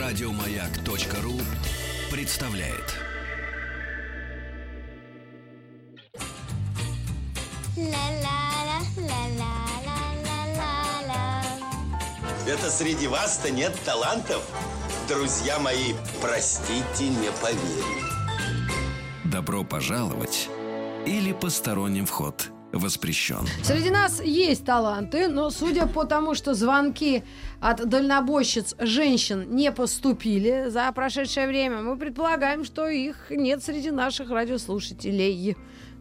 Радиомаяк.ру представляет. Это среди вас-то нет талантов? Друзья мои, простите, не поверю. Добро пожаловать или посторонним вход воспрещен. Среди нас есть таланты, но судя по тому, что звонки от дальнобойщиц женщин не поступили за прошедшее время, мы предполагаем, что их нет среди наших радиослушателей,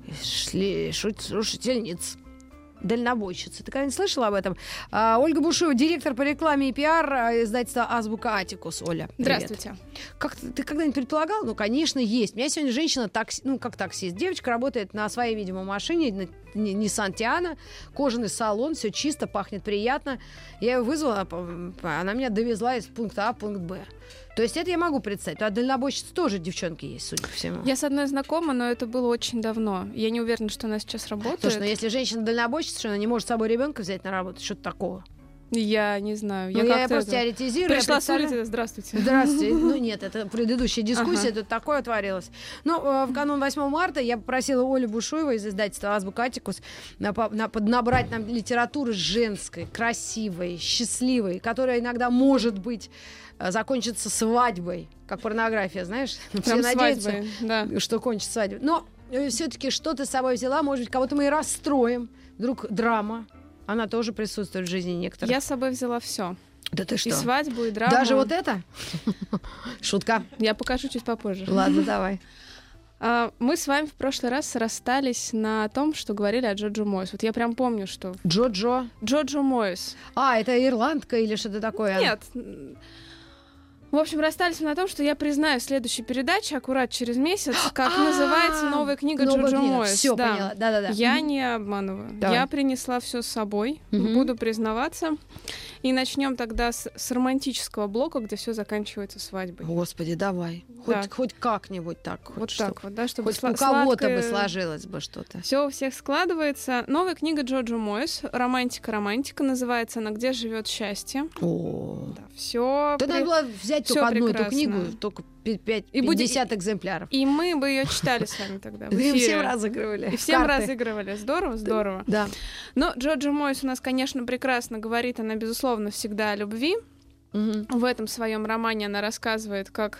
слушательниц. Дальнобойщицы. Ты когда-нибудь слышала об этом? Ольга Бушуева, директор по рекламе и пиар издательства «Азбука Атикус». Оля, привет. Здравствуйте. Ты когда-нибудь предполагал? Ну, конечно, есть. У меня сегодня женщина, как таксист. Девочка работает на своей, видимо, машине, на Nissan Tiana, кожаный салон, все чисто, пахнет приятно. Я ее вызвала, она меня довезла из пункта А в пункт Б. То есть это я могу представить. А дальнобойщицы тоже девчонки есть, судя по всему. Я с одной знакома, но это было очень давно. Я не уверена, что она сейчас работает. Слушай, ну если женщина дальнобойщица, что она не может с собой ребенка взять на работу, что-то такого? Я не знаю. Я просто теоретизирую. Пришла с улицы, здравствуйте. Здравствуйте. Ну нет, это предыдущая дискуссия, тут такое творилось. Ну, в канун 8 марта я попросила Олю Бушуеву из издательства «Азбука Атикус» поднабрать нам литературы женской, красивой, счастливой, которая иногда, может быть, закончится свадьбой, как порнография, знаешь? Все надеются, что кончится свадьбой. Но все-таки что ты с собой взяла, может быть, кого-то мы и расстроим. Вдруг драма. Она тоже присутствует в жизни некоторых. Я с собой взяла все. Да ты что? И свадьбу, и драму. Даже вот это? Шутка. Я покажу чуть попозже. Ладно, давай. Мы с вами в прошлый раз расстались на том, что говорили о Джоджо Мойс. Вот я прям помню, что... Джоджо Мойс. Это ирландка или что-то такое? Нет. В общем, расстались мы на том, что я признаю в следующей передаче, аккурат через месяц, как называется новая книга Джоджо Мойс. Все, поняла. Да. Я не обманываю. Давай. Я принесла все с собой, буду признаваться. И начнем тогда с романтического блока, где все заканчивается свадьбой. Господи, давай. Хоть как-нибудь так. Вот так вот, да, чтобы хоть у кого-то бы сложилось бы что-то. Все у всех складывается. Новая книга Джоджо Мойс, «Романтика» называется она «Где живет счастье». Да, все. Ты надо было взять только одну эту книгу, только 50 экземпляров. И мы бы ее читали с вами тогда. И всем разыгрывали. И всем разыгрывали. Здорово. Да. Но Джоджо Мойс у нас, конечно, прекрасно говорит. Она, безусловно, всегда о любви. В этом своем романе она рассказывает, как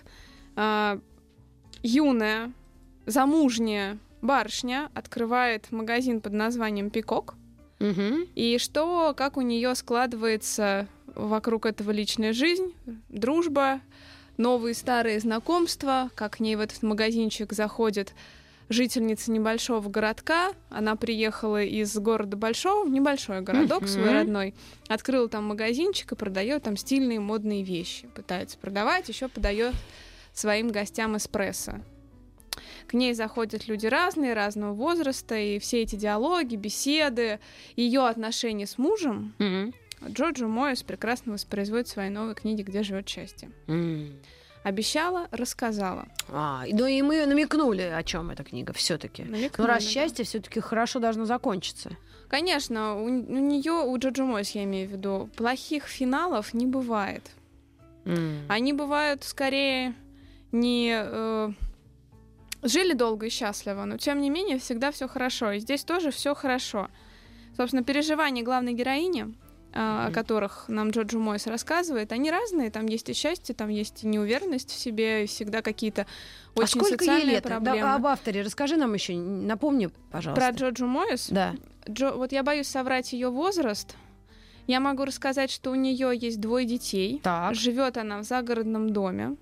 юная, замужняя барышня открывает магазин под названием «Пикок». И как у нее складывается вокруг этого личная жизнь, дружба, новые старые знакомства, как к ней в этот магазинчик заходит жительница небольшого городка. Она приехала из города большого в небольшой городок свой родной, открыла там магазинчик и продает там стильные модные вещи. Пытается продавать, еще подает своим гостям эспрессо. К ней заходят люди разного возраста, и все эти диалоги, беседы, ее отношения с мужем Джоджо Мойс прекрасно воспроизводит в своей новой книге «Где живет счастье». Обещала, рассказала. Ну и мы намекнули, о чем эта книга все-таки. Но раз счастье все-таки хорошо должно закончиться. Конечно, у Джоджо Мойс, я имею в виду, плохих финалов не бывает. Они бывают скорее не жили долго и счастливо, но тем не менее всегда все хорошо. И здесь тоже все хорошо. Собственно, переживания главной героини, о которых нам Джоджо Мойс рассказывает, они разные. Там есть и счастье, там есть и неуверенность в себе, и всегда какие-то очень социальные проблемы. Да, об авторе расскажи нам еще, напомни, пожалуйста. Про Джоджо Мойс? Да. Вот я боюсь соврать ее возраст. Я могу рассказать, что у нее есть 2 детей. Живет она в загородном доме.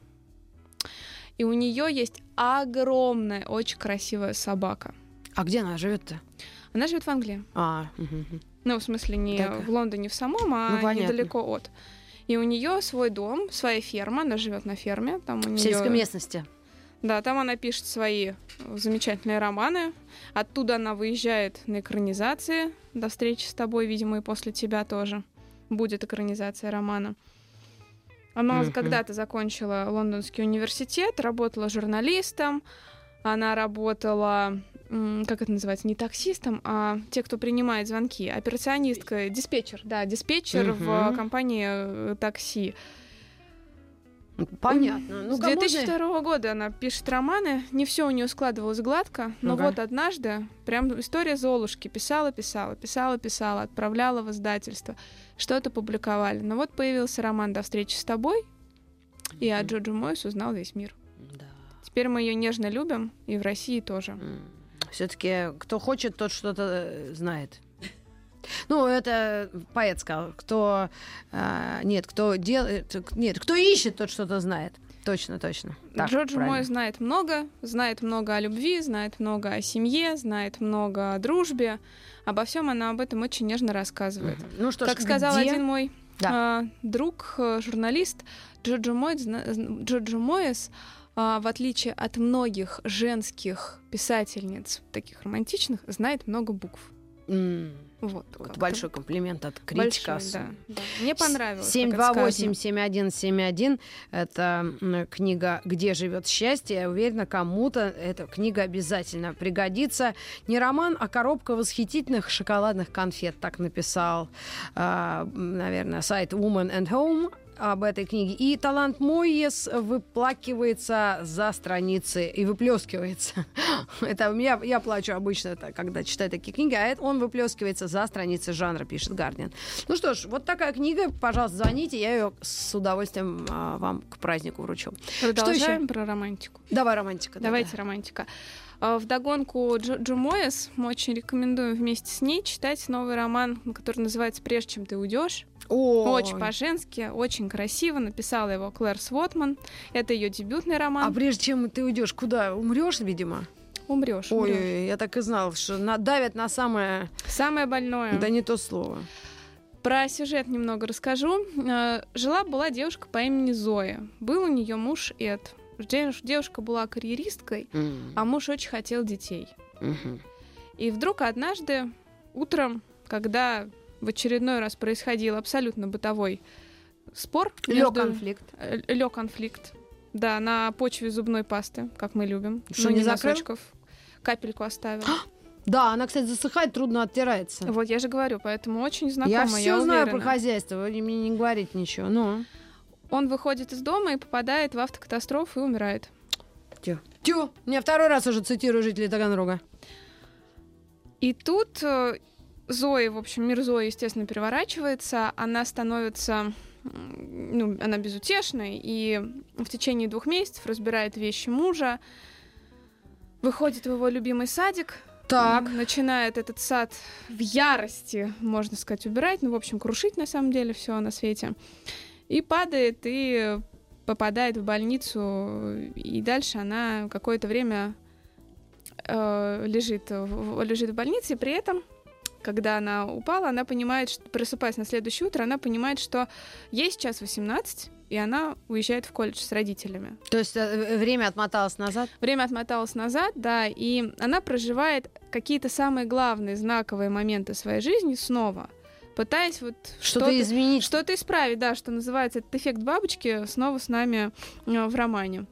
И у нее есть огромная, очень красивая собака. А где она живет-то? Она живет в Англии. Ну, в смысле, не в Лондоне в самом, а недалеко от. И у нее свой дом, своя ферма, она живет на ферме. Там у неё... В сельской местности. Да, там она пишет свои замечательные романы. Оттуда она выезжает на экранизации. До встречи с тобой, видимо, и после тебя тоже будет экранизация романа. Она когда-то закончила Лондонский университет, работала журналистом. Она работала, как это называется, не таксистом, а те, кто принимает звонки, операционистка, диспетчер в компании такси. Понятно. С 2002 года она пишет романы. Не все у нее складывалось гладко, но вот однажды прям история Золушки. Писала, отправляла в издательство. Что-то публиковали. Но вот появился роман «До встречи с тобой», и о Джоджо Моэс узнал весь мир. Да. Теперь мы ее нежно любим, и в России тоже. Все-таки кто хочет, тот что-то знает. Ну, это поэт сказал. Кто ищет, тот что-то знает. Точно. Джоджо Моэс знает много о любви, знает много о семье, знает много о дружбе. Обо всем она об этом очень нежно рассказывает. Ну что ж, как сказал один мой друг, журналист, Джоджо Моэс, в отличие от многих женских писательниц, таких романтичных, знает много букв. Вот большой комплимент от критика. Большой, да. Мне понравилось. 728-7171. Это книга «Где живет счастье». Я уверена, кому-то эта книга обязательно пригодится. Не роман, а коробка восхитительных шоколадных конфет. Так написал, наверное, сайт Woman and Home об этой книге. И талант Моэс выплакивается за страницы и выплескивается. Это я плачу обычно, когда читаю такие книги, а он выплескивается за страницы жанра, пишет Гардиан. Ну что ж, вот такая книга. Пожалуйста, звоните, я ее с удовольствием вам к празднику вручу. Продолжаем про романтику. Давай романтика. Давайте романтика. Вдогонку Джоджо Моэс мы очень рекомендуем вместе с ней читать новый роман, который называется «Прежде чем ты уйдешь». Очень по-женски, очень красиво. Написала его Клэр Свотман. Это ее дебютный роман. А прежде чем ты уйдешь, куда? Умрешь, видимо? Умрешь. Ой, я так и знала, что давят на самое больное. Да не то слово. Про сюжет немного расскажу. Жила-была девушка по имени Зоя. Был у нее муж Эд. Девушка была карьеристкой, а муж очень хотел детей. И вдруг однажды утром, когда в очередной раз происходил абсолютно бытовой спор. Лёг конфликт. Да, на почве зубной пасты, как мы любим. Что, не закрыл? Капельку оставил. Да, она, кстати, засыхает, трудно оттирается. Вот, я же говорю, поэтому очень знакома, я все знаю уверена. про хозяйство, вы мне не говорите ничего. Ну. Он выходит из дома и попадает в автокатастрофу и умирает. Тю, я второй раз уже цитирую жителей Таганрога. И тут Зои, в общем, мир Зои, естественно, переворачивается. Она становится... она безутешной, и в течение 2 месяцев разбирает вещи мужа, выходит в его любимый садик, начинает этот сад в ярости, можно сказать, убирать, в общем, крушить на самом деле все на свете, и падает, и попадает в больницу, и дальше она какое-то время лежит в больнице, и при этом, когда она упала, она понимает, что, просыпаясь на следующее утро, она понимает, что ей сейчас 18, и она уезжает в колледж с родителями. То есть время отмоталось назад? Время отмоталось назад, да, и она проживает какие-то самые главные знаковые моменты своей жизни снова, пытаясь вот что-то изменить, что-то исправить, да, что называется этот эффект бабочки снова с нами в романе.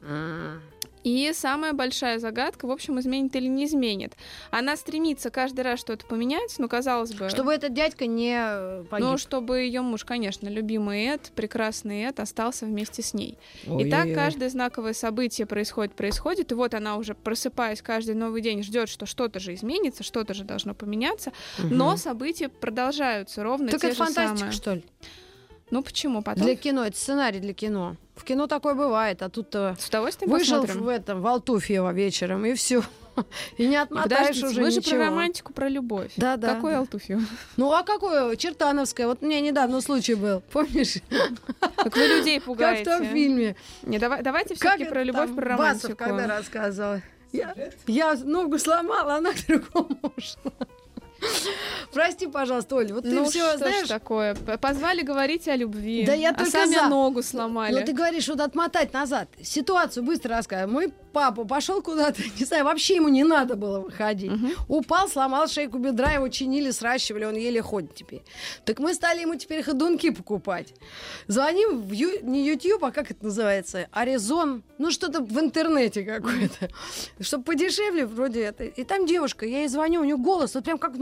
И самая большая загадка, в общем, изменит или не изменит. Она стремится каждый раз что-то поменять, казалось бы... Чтобы этот дядька не погиб. Чтобы ее муж, конечно, любимый Эд, прекрасный Эд, остался вместе с ней. И так каждое знаковое событие происходит, и вот она уже, просыпаясь каждый новый день, ждет, что что-то же изменится, что-то же должно поменяться, но события продолжаются ровно так те же самые. Так это фантастика, что ли? Почему потом? Для кино, это сценарий для кино. В кино такое бывает, а тут-то с удовольствием вышел посмотрим. в Алтуфьево вечером, и все. И не отмотаешь уже ничего. Вы же про романтику, про любовь. Да. Какой Алтуфьево? А какое? Чертановское. Вот у меня недавно случай был, помнишь? Как вы людей пугаете. Как в том фильме. Давайте все-таки про любовь, про романтику. Басов когда рассказывала. Я ногу сломала, она к другому ушла. Прости, пожалуйста, Оль, вот ты все знаешь... что ж такое? Позвали говорить о любви, да я только сами ногу сломали. Но ты говоришь, вот отмотать назад. Ситуацию быстро рассказывай. Мой папа пошел куда-то, не знаю, вообще ему не надо было выходить. Упал, сломал шейку бедра, его чинили, сращивали, он еле ходит теперь. Так мы стали ему теперь ходунки покупать. Звоним в не YouTube, а как это называется? Аризон, что-то в интернете какое-то. Чтобы подешевле вроде это. И там девушка, я ей звоню, у нее голос, вот прям как мы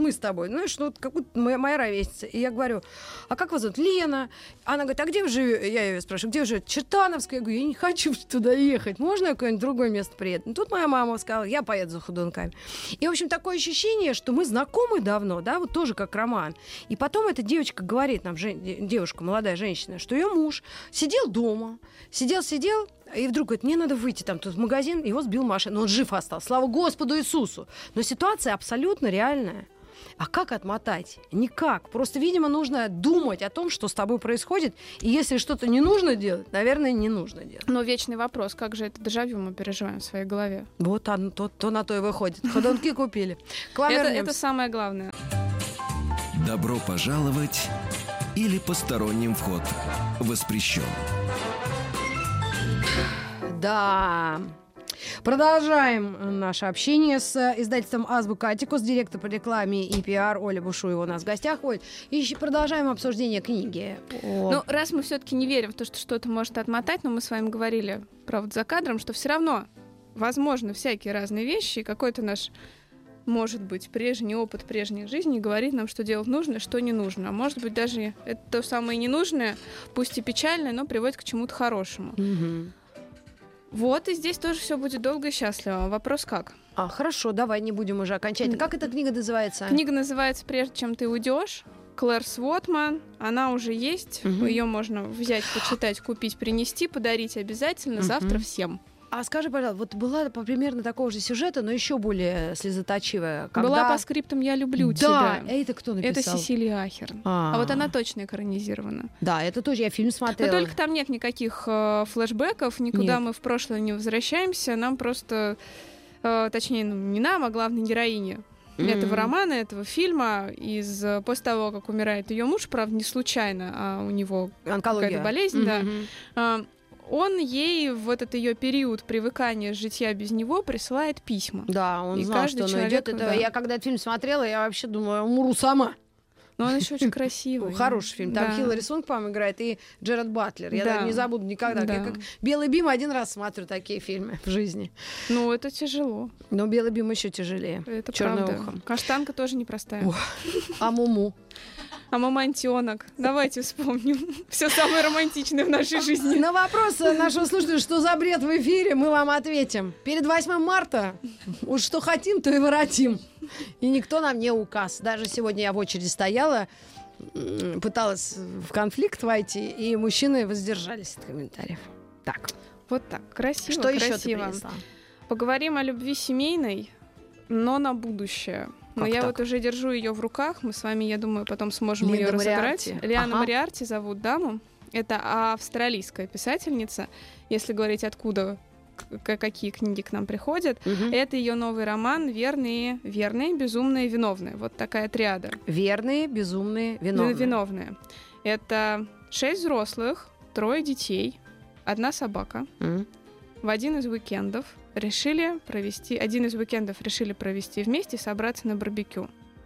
мы с тобой, знаешь, ну, как будто моя ровесница. И я говорю, а как вас зовут? Лена. Она говорит, а где вы живете? Я ее спрашиваю, где вы живете? Чертановская. Я говорю, я не хочу туда ехать. Можно я в какое-нибудь другое место приеду? Ну, тут моя мама сказала, я поеду за ходунками. И, в общем, такое ощущение, что мы знакомы давно, да, вот тоже как роман. И потом эта девочка говорит нам, девушка, молодая женщина, что ее муж сидел дома, сидел, и вдруг говорит, мне надо выйти там тут в магазин, его сбил машина, но он жив остался, слава Господу Иисусу. Но ситуация абсолютно реальная. А как отмотать? Никак. Просто, видимо, нужно думать о том, что с тобой происходит. И если что-то не нужно делать, наверное, не нужно делать. Но вечный вопрос, как же это дежавю мы переживаем в своей голове? Вот то на то и выходит. Ходунки купили. Это самое главное. Добро пожаловать или посторонним вход воспрещен. Да. Продолжаем наше общение с издательством «Азбука Аттикус», директор по рекламе и пиар Оля Бушуева у нас в гостях. Оль, и продолжаем обсуждение книги. Ну, раз мы все-таки не верим в то, что что-то может отмотать, но мы с вами говорили, правда, за кадром, что все равно возможны всякие разные вещи, и какой-то наш, может быть, прежний опыт прежней жизни говорит нам, что делать нужно, что не нужно. А может быть, даже это то самое ненужное, пусть и печальное, но приводит к чему-то хорошему. Угу. Вот, и здесь тоже все будет долго и счастливо. Вопрос как? Хорошо, давай не будем уже окончательно. Как эта книга называется? Книга называется «Прежде чем ты уйдешь». Клэр Свотман. Она уже есть. Ее можно взять, почитать, купить, принести, подарить обязательно. Завтра всем. А скажи, пожалуйста, вот была примерно такого же сюжета, но еще более слезоточивая. Когда... Была по скриптам «Я люблю тебя». Да, это кто написал? Это Сесилия Ахерн. А вот она точно экранизирована. Да, это тоже, я фильм смотрела. Но только там нет никаких флешбеков, никуда мы в прошлое не возвращаемся. Нам просто, точнее, не нам, а главной героине этого романа, этого фильма, после того, как умирает ее муж, правда, не случайно, а у него какая-то болезнь, да. Он ей в этот ее период привыкания житья без него присылает письма. Да, он и знал, что он идет. Я когда этот фильм смотрела, я вообще думала, я умру сама. Но он еще очень красивый. Хороший фильм. Там Хиллари Свонк, по-моему, играет, и Джеред Батлер. Я даже не забуду никогда. Да. Я как «Белый бим» один раз смотрю такие фильмы в жизни. Ну, это тяжело. Но «Белый бим» еще тяжелее. Это «Черное правда. ухо». Каштанка тоже непростая. А Муму? А мамонтенок. Давайте вспомним все самое романтичное в нашей жизни. На вопрос нашего слушателя, что за бред в эфире, мы вам ответим. Перед 8 марта уж что хотим, то и воротим. И никто нам не указ. Даже сегодня я в очереди стояла, пыталась в конфликт войти, и мужчины воздержались от комментариев. Так. Вот так. Красиво, что красиво. Еще ты принесла? Поговорим о любви семейной, но на будущее. Но я вот уже держу ее в руках. Мы с вами, я думаю, потом сможем ее разыграть. Лиана Мориарти зовут даму. Это австралийская писательница. Если говорить, откуда, какие книги к нам приходят. Это ее новый роман «Верные, безумные, виновные». Вот такая триада. Верные, безумные, виновные. Виновные. Это 6 взрослых, 3 детей, 1 собака. В один из уикендов решили провести вместе, собраться на барбекю.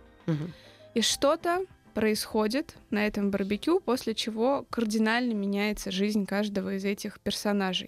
И что-то происходит на этом барбекю, после чего кардинально меняется жизнь каждого из этих персонажей.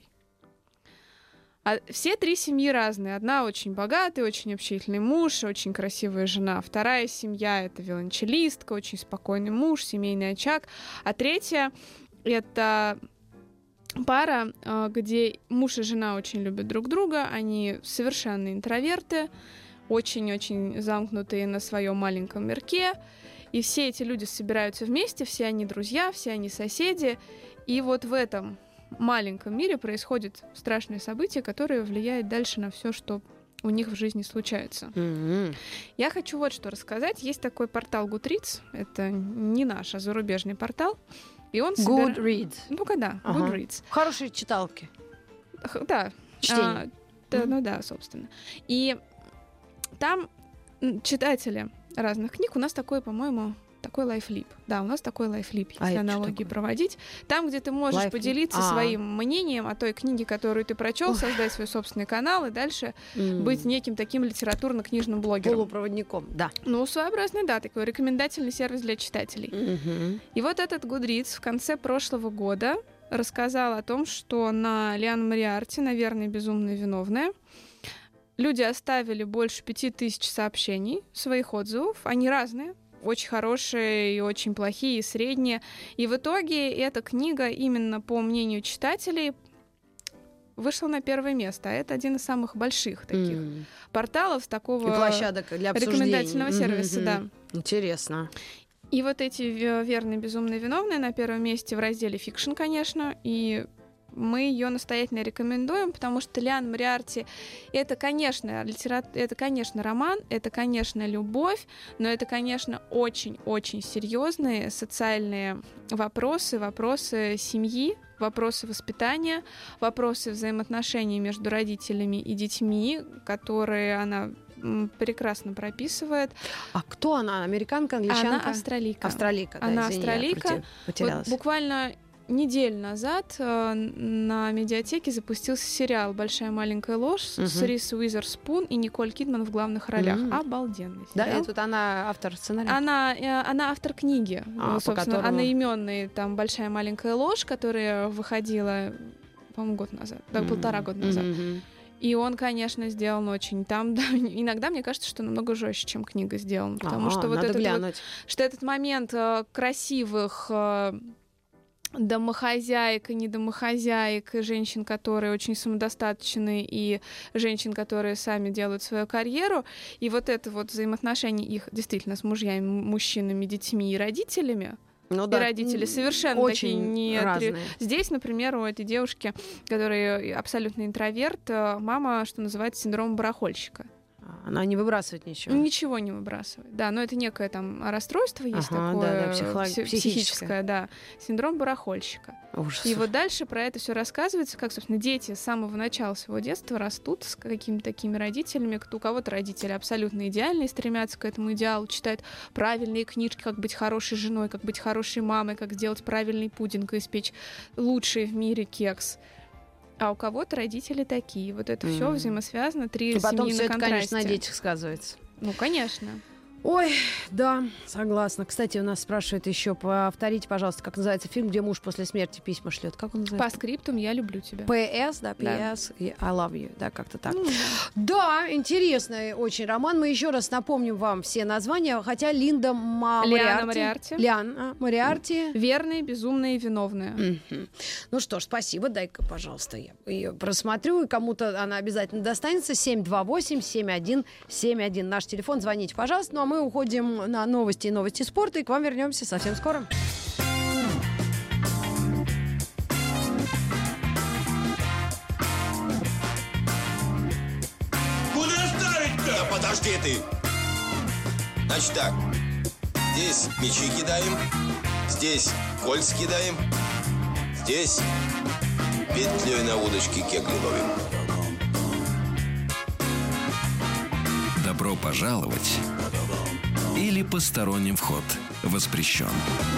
Все 3 семьи разные. Одна очень богатый, очень общительный муж, очень красивая жена. Вторая семья — это виолончелистка, очень спокойный муж, семейный очаг. А третья — это пара, где муж и жена очень любят друг друга, они совершенно интроверты, очень-очень замкнутые на своем маленьком мирке, и все эти люди собираются вместе, все они друзья, все они соседи, и вот в этом маленьком мире происходит страшное событие, которое влияет дальше на все, что у них в жизни случается. Я хочу вот что рассказать. Есть такой портал Goodreads, это не наш, а зарубежный портал. И он Goodreads. Ну-ка, да, Goodreads. Хорошие читалки. Да. Чтение. Ну да, собственно. И там читатели разных книг, у нас такой, по-моему, такой лайфлип. Да, у нас такой лайфлип, если аналогии проводить. Там, где ты можешь поделиться своим мнением о той книге, которую ты прочел, создать свой собственный канал и дальше быть неким таким литературно-книжным блогером. Полупроводником, да. Ну, своеобразный, да, такой рекомендательный сервис для читателей. И вот этот Goodreads в конце прошлого года рассказал о том, что на Лиану Мориарти, наверное, безумно виновная, Люди оставили больше 5000 сообщений, своих отзывов. Они разные. Очень хорошие и очень плохие, и средние. И в итоге эта книга, именно по мнению читателей, вышла на первое место. А это один из самых больших таких порталов, такого и площадок для рекомендательного сервиса. Да. Интересно. И вот эти «Верные, безумные, виновные» на первом месте в разделе «Фикшн», конечно, и мы ее настоятельно рекомендуем, потому что Лиан Мориарти — это, конечно, это, конечно, роман, это, конечно, любовь, но это, конечно, очень-очень серьезные социальные вопросы, вопросы семьи, вопросы воспитания, вопросы взаимоотношений между родителями и детьми, которые она прекрасно прописывает. А кто она? Американка, англичанка? Она австралийка. Австралийка, да, она извини, австралийка. Потерялась. Вот буквально неделю назад на медиатеке запустился сериал «Большая маленькая ложь» с Риз Уизерспун и Николь Кидман в главных ролях. Обалденный сериал. Да, и тут она автор сценария? Она автор книги, собственно, которому... одноименной, там «Большая маленькая ложь», которая выходила, по-моему, год назад, да, 1,5 года назад. И он, конечно, сделан очень там. Да, иногда мне кажется, что намного жестче, чем книга сделана. Потому что вот этот момент красивых домохозяек и недомохозяек, и женщин, которые очень самодостаточны, и женщин, которые сами делают свою карьеру, и вот это вот взаимоотношения их действительно с мужьями, мужчинами, детьми и родителями. Ну, да, и родители совершенно очень такие разные. Здесь, например, у этой девушки, которая абсолютно интроверт, мама, что называется, синдром барахольщика. Она не выбрасывает ничего. Ничего не выбрасывает. Да, но это некое там расстройство есть такое, психическое, да, синдром барахольщика. Ужас. И вот дальше про это все рассказывается, как, собственно, дети с самого начала своего детства растут с какими-то такими родителями. У кого-то родители абсолютно идеальные, стремятся к этому идеалу, читают правильные книжки, как быть хорошей женой, как быть хорошей мамой, как сделать правильный пудинг и испечь лучший в мире кекс. А у кого-то родители такие. Вот это все взаимосвязано, три семьи на контрасте. И потом все это, конечно, на детях сказывается. Ну, конечно. Ой, да, согласна. Кстати, у нас спрашивают еще, повторите, пожалуйста, как называется фильм, где муж после смерти письма шлет. Как он называется? По скриптум «Я люблю тебя». PS, да, PS и I love you, да, как-то так. Да, интересный очень роман. Мы еще раз напомним вам все названия, хотя Лиана Мориарти. Лиана Мориарти. «Верные, безумные, виновные». Ну что ж, спасибо. Дай-ка, пожалуйста, я ее просмотрю, и кому-то она обязательно достанется. 728-7171. Наш телефон. Звоните, пожалуйста. Ну, а мы уходим на новости и новости спорта, и к вам вернемся совсем скоро. Куда ставить-то? Да подожди ты! Значит так, здесь мячи кидаем, здесь кольца кидаем, здесь петлей на удочке кегли ловим. Добро пожаловать или посторонним вход воспрещен.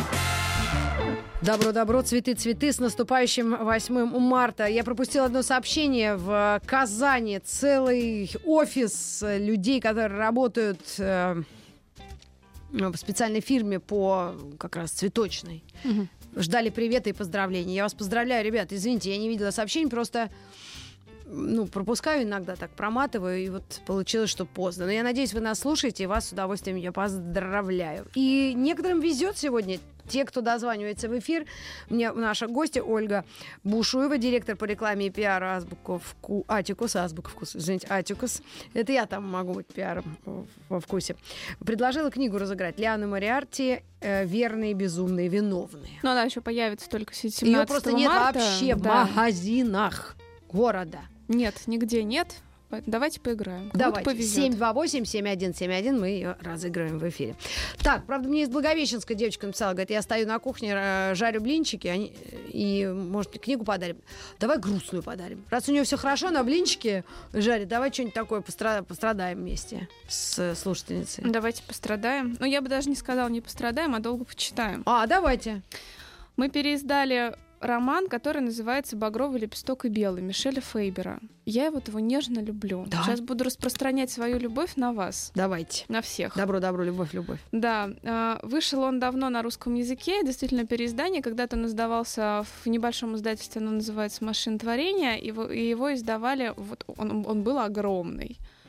Добро, цветы, с наступающим 8 марта. Я пропустила одно сообщение. В Казани целый офис людей, которые работают в специальной фирме по как раз цветочной. Ждали привета и поздравлений. Я вас поздравляю, ребят. Извините, я не видела сообщений, просто... пропускаю иногда, так проматываю, и вот получилось, что поздно. Но я надеюсь, вы нас слушаете, и вас с удовольствием я поздравляю. И некоторым везет сегодня. Те, кто дозванивается в эфир, мне наша гостья Ольга Бушуева, директор по рекламе и пиару Атикус. Это я там могу быть пиаром во вкусе. Предложила книгу разыграть Лианы Мориарти «Верные, безумные, виновные». Но она еще появится только 17 марта. Ее просто нет вообще в магазинах города. Нет, нигде нет. Давайте поиграем. Давайте. 728-7171. Мы ее разыгрываем в эфире. Так, правда, мне из Благовещенска девочка написала, говорит, я стою на кухне, жарю блинчики, и, может, мне книгу подарим. Давай грустную подарим. Раз у нее все хорошо, она блинчики жарит, давай что-нибудь такое пострадаем вместе с слушательницей. Давайте пострадаем. Ну, я бы даже не сказала не пострадаем, а долго почитаем. Давайте. Мы переиздали роман, который называется «Багровый лепесток и белый» Мишеля Фейбера. Я его нежно люблю. Да? Сейчас буду распространять свою любовь на вас. Давайте. На всех. Добро, любовь. Да. Вышел он давно на русском языке. Действительно, переиздание. Когда-то он издавался в небольшом издательстве, оно называется «Машинотворение». И его издавали... Он был огромный.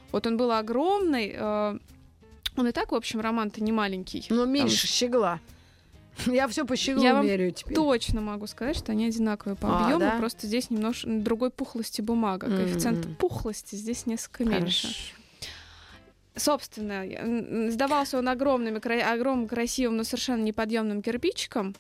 Вот он был огромный. Он и так, в общем, роман-то не маленький. Но меньше «Щегла». Я все по «Щеглу» Я вам меряю теперь. точно могу сказать, что они одинаковые по объему, да? Просто здесь немножко другой пухлости бумага. Коэффициент пухлости здесь несколько меньше. Собственно, сдавался он огромным, красивым, но совершенно неподъемным кирпичиком.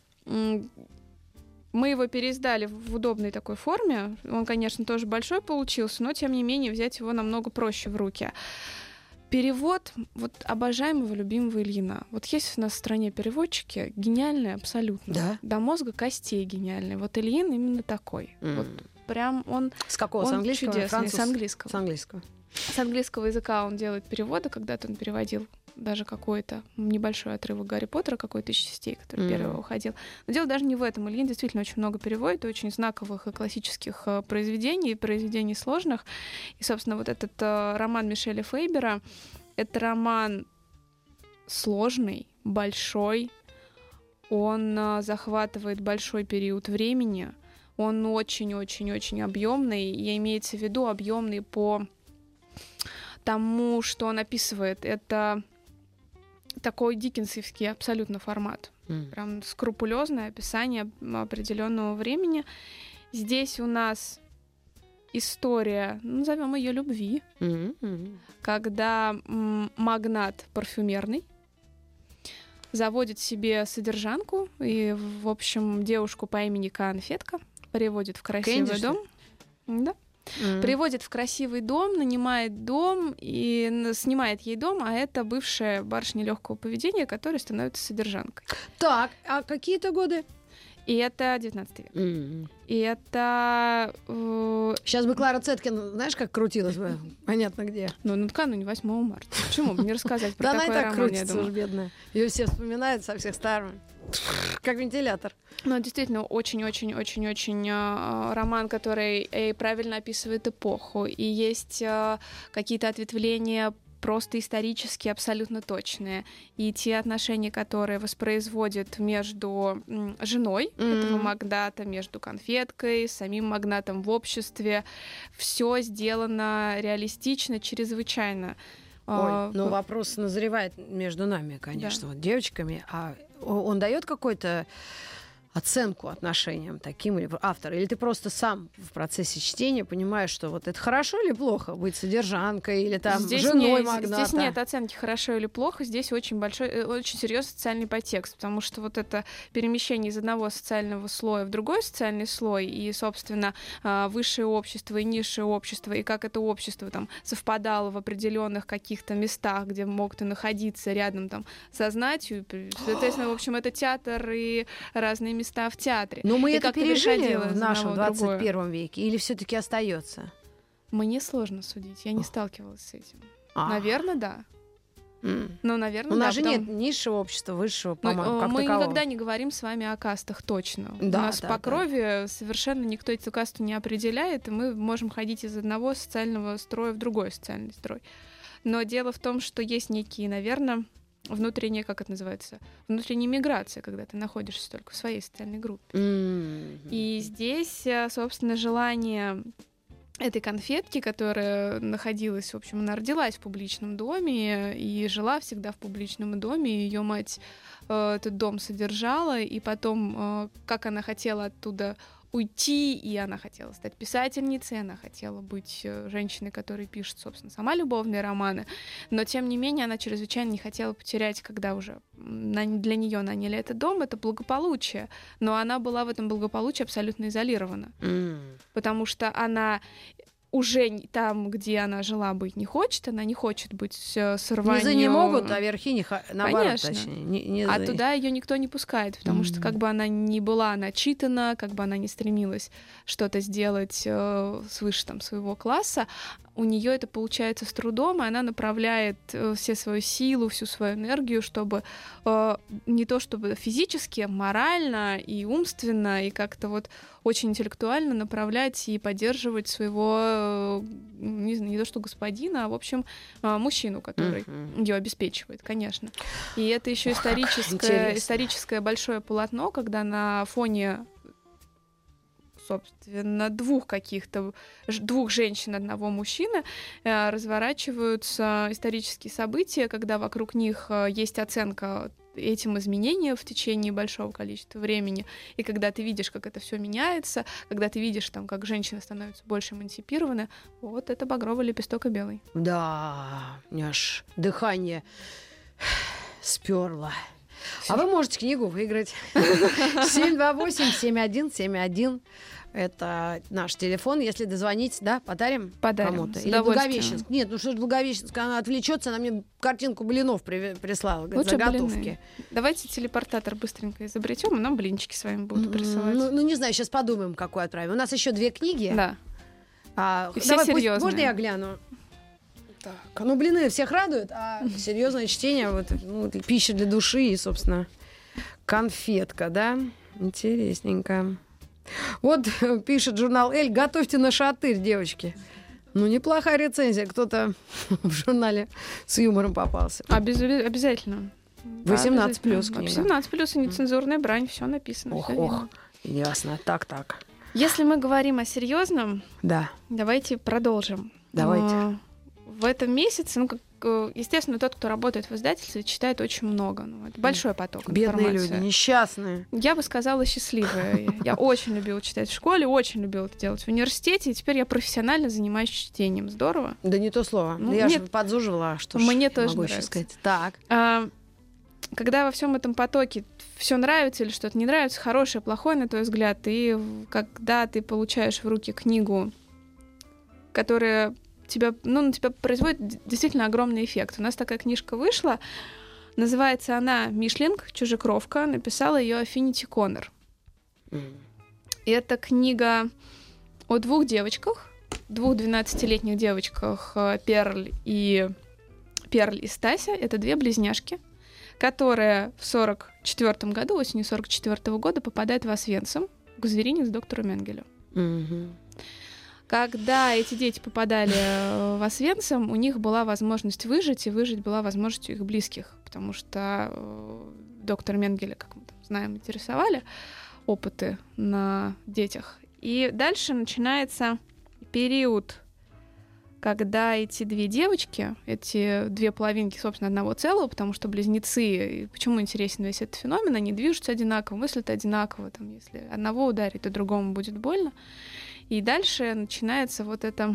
Мы его переиздали в удобной такой форме. Он, конечно, тоже большой получился, но, тем не менее, взять его намного проще в руки. Перевод вот обожаемого, любимого Ильина. Вот есть у нас в стране переводчики гениальные абсолютно. Да? До мозга костей гениальные. Вот Ильин именно такой. Вот прям он... С какого? Он с английского? чудесный. С английского. С английского. С английского языка он делает переводы. Когда-то он переводил даже какой-то небольшой отрывок Гарри Поттера, какой-то из частей, который первый выходил. Но дело даже не в этом. Ильин действительно очень много переводит, очень знаковых и классических произведений сложных. И, собственно, вот этот роман Мишеля Фейбера — это роман сложный, большой. Он захватывает большой период времени. Он очень-очень-очень объемный. И имеется в виду объемный по тому, что он описывает. Это такой диккенсовский абсолютно формат. Прям скрупулезное описание определенного времени. Здесь у нас история, назовем ее любви, когда магнат парфюмерный заводит себе содержанку и, в общем, девушку по имени Конфетка приводит в красивый дом. Да. Приводит в красивый дом, нанимает дом и снимает ей дом, а это бывшая барышня легкого поведения, которая становится содержанкой. Так, а какие-то годы? И это 19 век. И это... Сейчас бы Клара Цеткин, знаешь, как крутилась бы? Понятно где. Ну, накануне 8 марта. Почему бы не рассказать про такой роман? Да она и так крутится уж, бедная. Ее все вспоминают со всех сторон. Как вентилятор. Ну, действительно, очень-очень-очень-очень роман, который правильно описывает эпоху. И есть какие-то ответвления просто исторически абсолютно точные. И те отношения, которые воспроизводят между женой этого магната, между Конфеткой, самим магнатом в обществе, все сделано реалистично, чрезвычайно. Ой, ну вопрос назревает между нами, конечно, вот девочками. А он дает какой-то оценку отношениям таким, или автор? Или ты просто сам в процессе чтения понимаешь, что вот это хорошо или плохо быть содержанкой или там здесь женой магната? Здесь нет оценки хорошо или плохо, здесь очень большой, очень серьезный социальный подтекст, потому что вот это перемещение из одного социального слоя в другой социальный слой и, собственно, высшее общество и низшее общество, и как это общество там совпадало в определенных каких-то местах, где мог ты находиться рядом там со знатью, соответственно, в общем, это театр и разные места в театре. Но мы и это пережили в нашем 21 веке или все-таки остается? Мне сложно судить, я не сталкивалась с этим. Наверное, да. Ну, наверное, у нас да, же нет низшего общества, высшего, по-моему, как мы такового. никогда не говорим с вами о кастах точно. Да, у нас по крови совершенно никто эту касту не определяет, и мы можем ходить из одного социального строя в другой социальный строй. Но дело в том, что есть некие, наверное, внутренняя, как это называется, внутренняя миграция, когда ты находишься только в своей социальной группе. И здесь, собственно, желание этой Конфетки, которая находилась, в общем, она родилась в публичном доме и жила всегда в публичном доме, ее мать этот дом содержала, и потом, как она хотела оттуда уйти, и она хотела стать писательницей, она хотела быть женщиной, которая пишет, собственно, сама любовные романы, но, тем не менее, она чрезвычайно не хотела потерять, когда уже для нее наняли этот дом, это благополучие, но она была в этом благополучии абсолютно изолирована, потому что она уже там, где она жила, быть не хочет, она не хочет быть с рванью. Низы не могут, а верхи наоборот, конечно. Точнее. А туда ее никто не пускает, потому что как бы она ни была начитана, как бы она ни стремилась что-то сделать свыше там, своего класса, у нее это получается с трудом, и она направляет всю свою силу, всю свою энергию, чтобы не то чтобы физически, морально и умственно, и как-то вот очень интеллектуально направлять и поддерживать своего, не знаю, не то что господина, а, в общем, мужчину, который ее обеспечивает, конечно. И это еще историческое большое полотно, когда на фоне собственно, двух женщин, одного мужчины, разворачиваются исторические события, когда вокруг них есть оценка этим изменениям в течение большого количества времени. И когда ты видишь, как это все меняется, когда ты видишь, там, как женщины становятся больше эмансипированы, вот это «Багровый лепесток и белый». Да, у меня аж дыхание сперло. А вы можете книгу выиграть. 728-7171. Это наш телефон. Если дозвонить, да, подарим кому-то. Или Благовещенск. Нет, ну что ж Благовещенск, она отвлечется, она мне картинку блинов прислала. Говорит, заготовки. Блины. Давайте телепортатор быстренько изобретем, и нам блинчики с вами будут присылать. Ну, не знаю, сейчас подумаем, какую отправим. У нас еще 2 книги. Да. И все серьезные. Можно я гляну? Так, ну, блины всех радуют, а серьезное чтение, пища для души и, собственно, конфетка, да? Интересненько. Вот пишет журнал «Эль», готовьте на шатырь, девочки. Ну, неплохая рецензия. Кто-то в журнале с юмором попался. Обязательно. 18 плюс книга. 18 плюс и нецензурная брань, все написано. Ох, ясно. Так. Если мы говорим о серьезном, да, давайте продолжим. Давайте. В этом месяце, естественно, тот, кто работает в издательстве, читает очень много. Это большой поток информации. Бедные люди, несчастные. Я бы сказала, счастливые. Я очень любила читать в школе, очень любила это делать в университете, и теперь я профессионально занимаюсь чтением. Здорово. Да не то слово. Я же подзуживала, что мне тоже могу нравится. Сказать. Так. Когда во всем этом потоке все нравится или что-то не нравится, хорошее, плохое, на твой взгляд, и когда ты получаешь в руки книгу, которая на тебя производит действительно огромный эффект. У нас такая книжка вышла, называется она «Мишлинг. Чужекровка», написала ее Афинити Коннор. И это книга о 2 девочках, 2 12-летних девочках, Перль и Стася. Это 2 близняшки, которые в 1944 году, осенью 1944 года, попадают в Освенцим к зверинец доктору Менгелю. Когда эти дети попадали в Освенцим, у них была возможность выжить, и выжить была возможность у их близких, потому что доктор Менгеля, как мы знаем, интересовали опыты на детях. И дальше начинается период, когда эти 2 девочки, эти 2 половинки, собственно, одного целого, потому что близнецы, и почему интересен весь этот феномен, они движутся одинаково, мыслят одинаково, там, если одного ударит, то другому будет больно. И дальше начинается вот это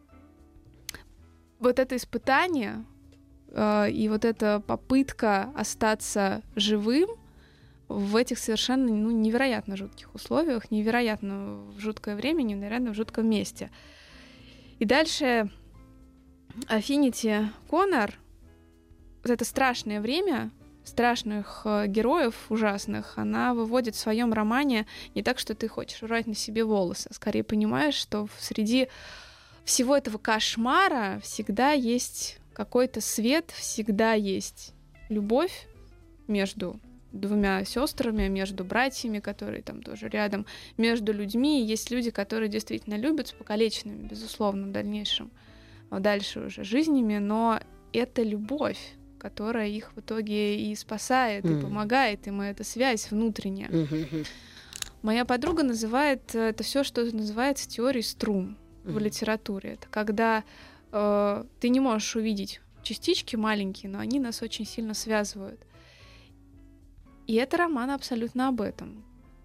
испытание и вот эта попытка остаться живым в этих совершенно невероятно жутких условиях, невероятно в жуткое время, невероятно в жутком месте. И дальше Афинити Коннор, вот это страшное время, страшных героев ужасных, она выводит в своем романе не так, что ты хочешь рвать на себе волосы, а скорее понимаешь, что среди всего этого кошмара всегда есть какой-то свет, всегда есть любовь между 2 сестрами, между братьями, которые там тоже рядом, между людьми. Есть люди, которые действительно любят, с покалеченными, безусловно, в дальнейшем, дальше уже жизнями, но это любовь, которая их в итоге и спасает, и помогает им, и эта связь внутренняя. Моя подруга называет это все, что называется теорией струн в литературе. Это когда ты не можешь увидеть частички маленькие, но они нас очень сильно связывают. И это роман абсолютно об этом.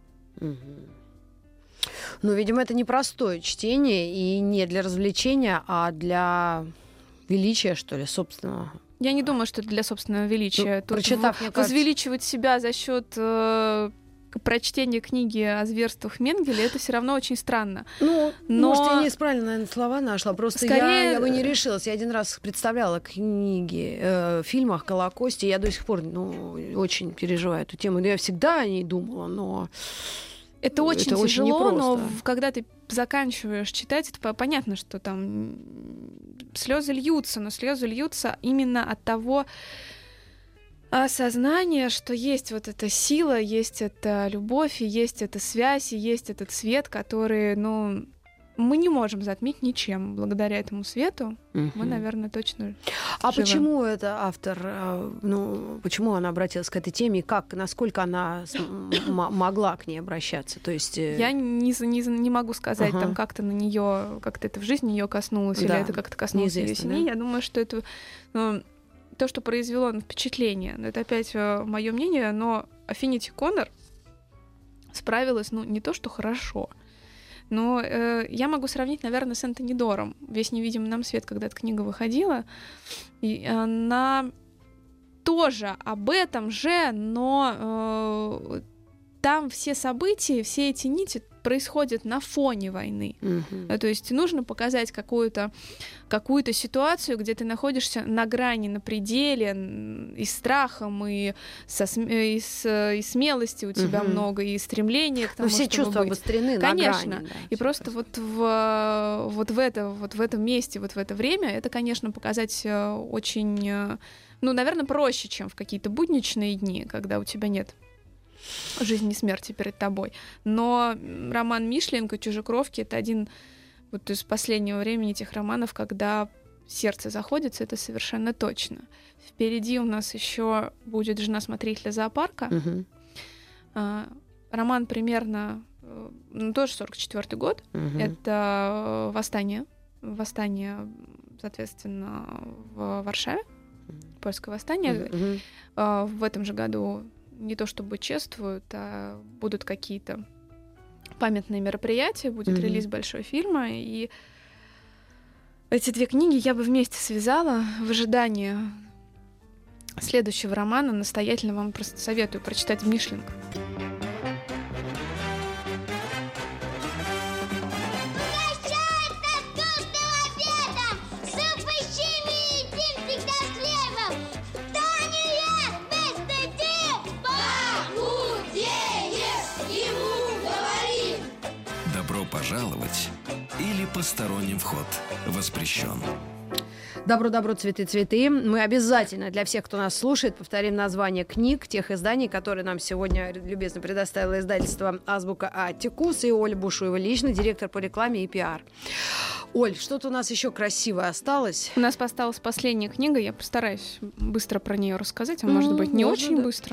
Ну, видимо, это непростое чтение, и не для развлечения, а для величия, что ли, собственного. Я не думаю, что это для собственного величия. Тут прочитав, возвеличивать себя за счет прочтения книги о зверствах Менгеля, это все равно очень странно. Но... Может, я неправильно, наверное, слова нашла. Просто скорее... я бы не решилась. Я один раз представляла книги в фильмах Колокости. Я до сих пор очень переживаю эту тему. Я всегда о ней думала, но... Это очень тяжело, но когда ты заканчиваешь читать, это понятно, что там слезы льются, но слезы льются именно от того осознания, что есть вот эта сила, есть эта любовь, и есть эта связь, и есть этот свет, который, мы не можем затмить ничем. Благодаря этому свету мы, наверное, точно А живы. почему это автор, почему она обратилась к этой теме, и насколько она могла к ней обращаться? То есть... Я не могу сказать, там, как-то на нее, как-то это в жизни ее коснулось, или это как-то коснулось ее семьи. Да? Я думаю, что это то, что произвело впечатление. Это опять мое мнение, но Affinity Conner справилась, не то, что хорошо, но я могу сравнить, наверное, с Энтони Дором. «Весь невидимый нам свет», когда эта книга выходила, и она тоже об этом же, но там все события, все эти нити происходят на фоне войны. То есть нужно показать какую-то ситуацию, где ты находишься на грани, на пределе, и страхом, и смелости у тебя много, и стремления к тому, все чтобы чувства быть. Обострены Конечно. На грани. Да, и просто вот в этом месте, вот в это время, это, конечно, показать очень, наверное, проще, чем в какие-то будничные дни, когда у тебя нет жизни и смерти перед тобой. Но роман Мишленко «Чужекровки» — это один вот из последнего времени тех романов, когда сердце заходится, это совершенно точно. Впереди у нас еще будет «Жена смотрителя зоопарка». Роман примерно, тоже 44-й год. Это восстание, соответственно, в Варшаве, польское восстание. В этом же году не то чтобы чествуют, а будут какие-то памятные мероприятия, будет релиз большого фильма, и эти две книги я бы вместе связала в ожидании следующего романа. Настоятельно вам просто советую прочитать Мишленко. Пожаловать или посторонним вход воспрещен. Добро, цветы. Мы обязательно для всех, кто нас слушает, повторим название книг, тех изданий, которые нам сегодня любезно предоставило издательство «Азбука Аттикус», и Оля Бушуева лично, директор по рекламе и пиар. Оль, что-то у нас еще красивое осталось? У нас осталась последняя книга, я постараюсь быстро про нее рассказать, а может быть не очень быстро.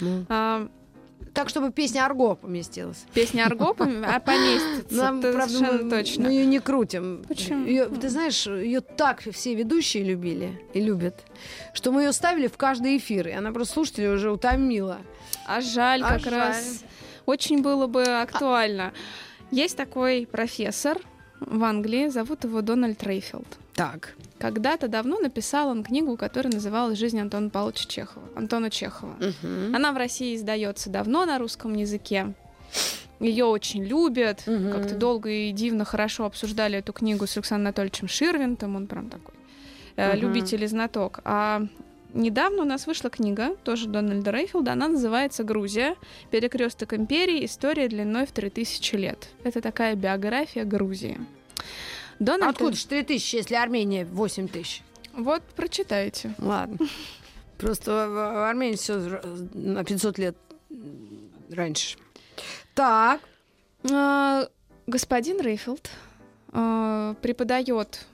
Так, чтобы песня Арго поместилась. Песня Арго поместится. Нам, правда, совершенно точно. Мы ее не крутим. Почему? Ты знаешь, ее так все ведущие любили и любят, что мы ее ставили в каждый эфир, и она просто слушателей уже утомила. А жаль, как раз. Очень было бы актуально. Есть такой профессор в Англии, зовут его Дональд Рейфилд. Так. Когда-то давно написал он книгу, которая называлась «Жизнь Антона Чехова». Она в России издается давно на русском языке. Ее очень любят. Как-то долго и дивно хорошо обсуждали эту книгу с Александром Анатольевичем Ширвинтом. Он прям такой любитель и знаток. А недавно у нас вышла книга, тоже Дональда Рейфилда. Она называется «Грузия. Перекресток империи. История длиной в 3000 лет». Это такая биография Грузии. Откуда же 3000, если Армения 8000? Вот, прочитайте. Ладно. Просто в Армении все на 500 лет раньше. Так. Господин Рейфилд преподает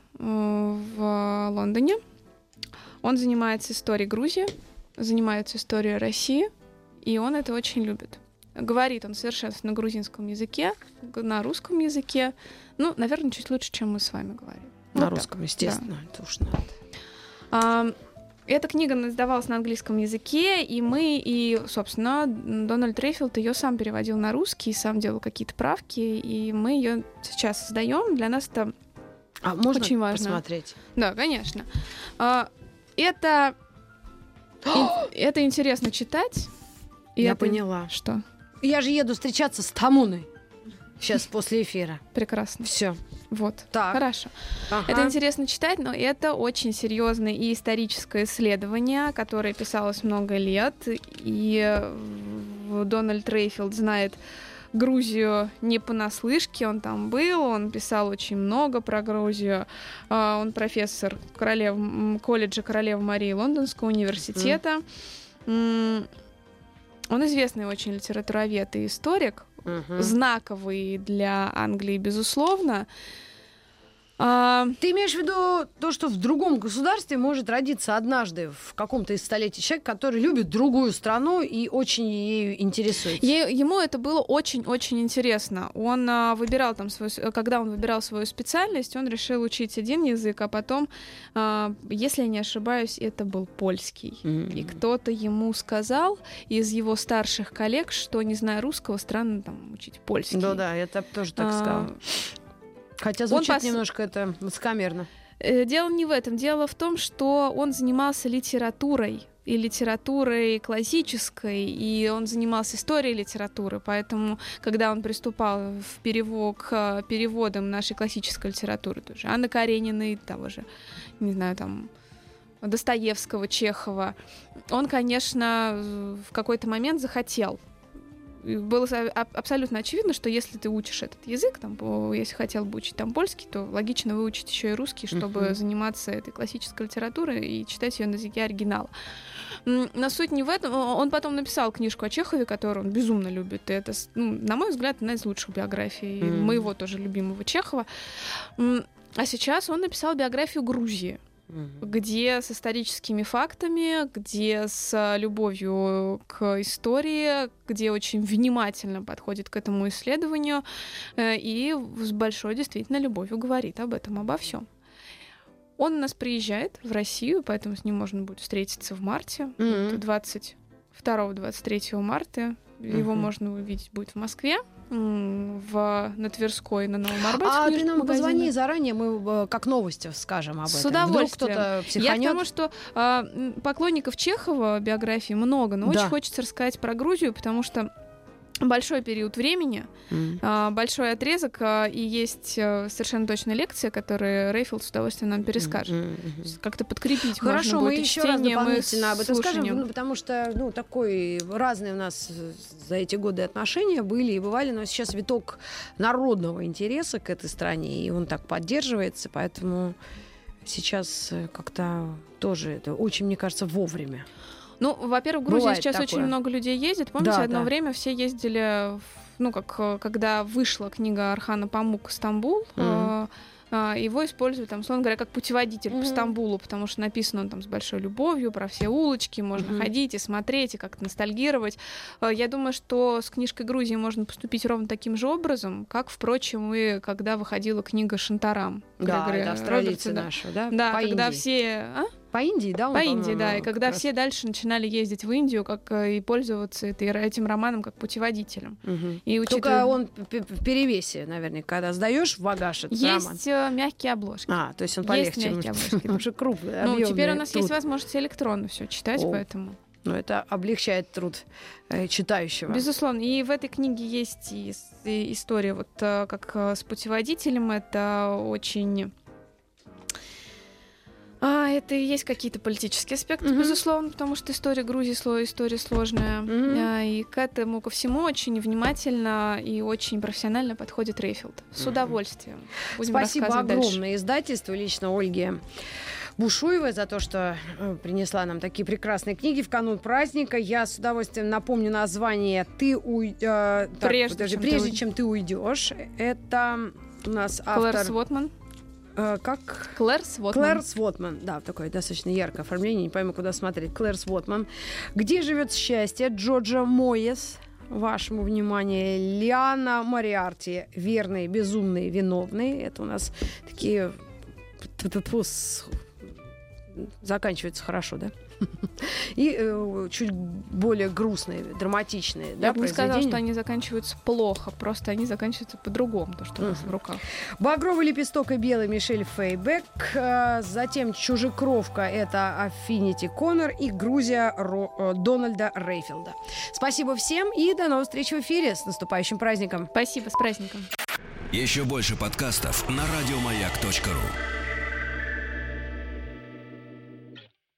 в Лондоне. Он занимается историей Грузии, занимается историей России, и он это очень любит. Говорит он совершенственно на грузинском языке, на русском языке. Наверное, чуть лучше, чем мы с вами говорим. На русском, естественно. Да. Это уж надо. Эта книга издавалась на английском языке, и собственно, Дональд Рейфилд ее сам переводил на русский, сам делал какие-то правки, и мы ее сейчас создаем. Для нас это можно очень важно. Посмотреть? Да, конечно. Это интересно читать. Я поняла. Что? Я же еду встречаться с Тамуной сейчас после эфира. Прекрасно. Все. Вот. Так. Хорошо. Это интересно читать, но это очень серьезное и историческое исследование, которое писалось много лет, и Дональд Рейфилд знает Грузию не понаслышке, он там был, он писал очень много про Грузию, он профессор колледжа Королевы Марии Лондонского университета. Он известный очень литературовед и историк. знаковый для Англии, безусловно. Ты имеешь в виду то, что в другом государстве может родиться однажды в каком-то из столетий человек, который любит другую страну и очень ею интересуется? Ему это было очень-очень интересно. Он выбирал там когда он выбирал свою специальность, он решил учить один язык, а потом, если я не ошибаюсь, это был польский. И кто-то ему сказал из его старших коллег, что, не зная русского, странно там учить польский. Да, я тоже так сказала. Хотя звучит немножко это высокомерно. Дело не в этом. Дело в том, что он занимался литературой, и литературой классической, и он занимался историей литературы, поэтому, когда он приступал к переводам нашей классической литературы, тоже Анны Карениной, того же, не знаю, там, Достоевского, Чехова, он, конечно, в какой-то момент захотел. Было абсолютно очевидно, что если ты учишь этот язык, там, если хотел бы учить там польский, то логично выучить еще и русский, чтобы заниматься этой классической литературой и читать ее на языке оригинала. Но суть не в этом. Он потом написал книжку о Чехове, которую он безумно любит. И это, на мой взгляд, одна из лучших биографий моего тоже любимого Чехова. А сейчас он написал биографию Грузии, где с историческими фактами, где с любовью к истории, где очень внимательно подходит к этому исследованию и с большой действительно любовью говорит об этом, обо всем. Он у нас приезжает в Россию, поэтому с ним можно будет встретиться в марте, 22-23 марта. Его можно увидеть будет в Москве, на Тверской, на Новом Арбате. А ты нам позвони заранее, мы как новости скажем об этом. С удовольствием. Вдруг кто-то психанет. Я к тому, что поклонников Чехова биографии много, но очень хочется рассказать про Грузию, потому что большой период времени, большой отрезок, и есть совершенно точная лекция, которую Рейфилд с удовольствием нам перескажет. Как-то подкрепить. Хорошо, мы еще раз дополнительно об этом слушанием. скажем, потому что такой разные у нас за эти годы отношения были и бывали, но сейчас виток народного интереса к этой стране, и он так поддерживается, поэтому сейчас как-то тоже это очень, мне кажется, вовремя. Ну, во-первых, в Грузии Бывает сейчас такое. очень много людей ездит. Помните, одно время все ездили, когда вышла книга Орхана Памук «Стамбул», его используют, там, условно говоря, как путеводитель по Стамбулу, потому что написано он там с большой любовью, про все улочки, можно ходить и смотреть, и как-то ностальгировать. Я думаю, что с книжкой Грузии можно поступить ровно таким же образом, как, впрочем, и когда выходила книга «Шантарам». Да, это австралийцы наши, да? Да, по когда Индии. все... По Индии, да? По Индии, да. И когда все дальше начинали ездить в Индию и пользоваться этим романом как путеводителем. И только он в перевесе, наверное, когда сдаешь в багаж этот роман. Есть мягкие обложки. То есть он полегче. Есть мягкие обложки. Он же крупный, объемный. Теперь у нас есть возможность электронно все читать, поэтому... Но это облегчает труд читающего. Безусловно. И в этой книге есть и история вот как с путеводителем. Это очень... Это и есть какие-то политические аспекты, безусловно, потому что история Грузии история сложная. И к этому, ко всему, очень внимательно и очень профессионально подходит Рейфилд. С удовольствием. Будем Спасибо огромное дальше. Издательству, лично Ольге Бушуевой, за то, что принесла нам такие прекрасные книги в канун праздника. Я с удовольствием напомню название «Прежде чем ты уйдешь». Это у нас автор... Клэр Свотман. Как? Клэр Свотман. Клэр Свотман, да, такое достаточно яркое оформление, не пойму, куда смотреть. Клэр Свотман. «Где живет счастье?» Джорджа Моэс. Вашему вниманию. Лиана Мориарти. «Верные, безумные, виновные». Это у нас такие... Заканчивается хорошо, да? И чуть более грустные, драматичные. Я бы не сказала, что они заканчиваются плохо, просто они заканчиваются по-другому, то, что у нас в руках. «Багровый лепесток» и «Белый» Мишель Фейбек. Затем «Чужекровка» — это Аффинити Коннор и «Грузия» Дональда Рейфилда. Спасибо всем и до новых встреч в эфире. С наступающим праздником. Спасибо, с праздником. Еще больше подкастов на радиомаяк.ру.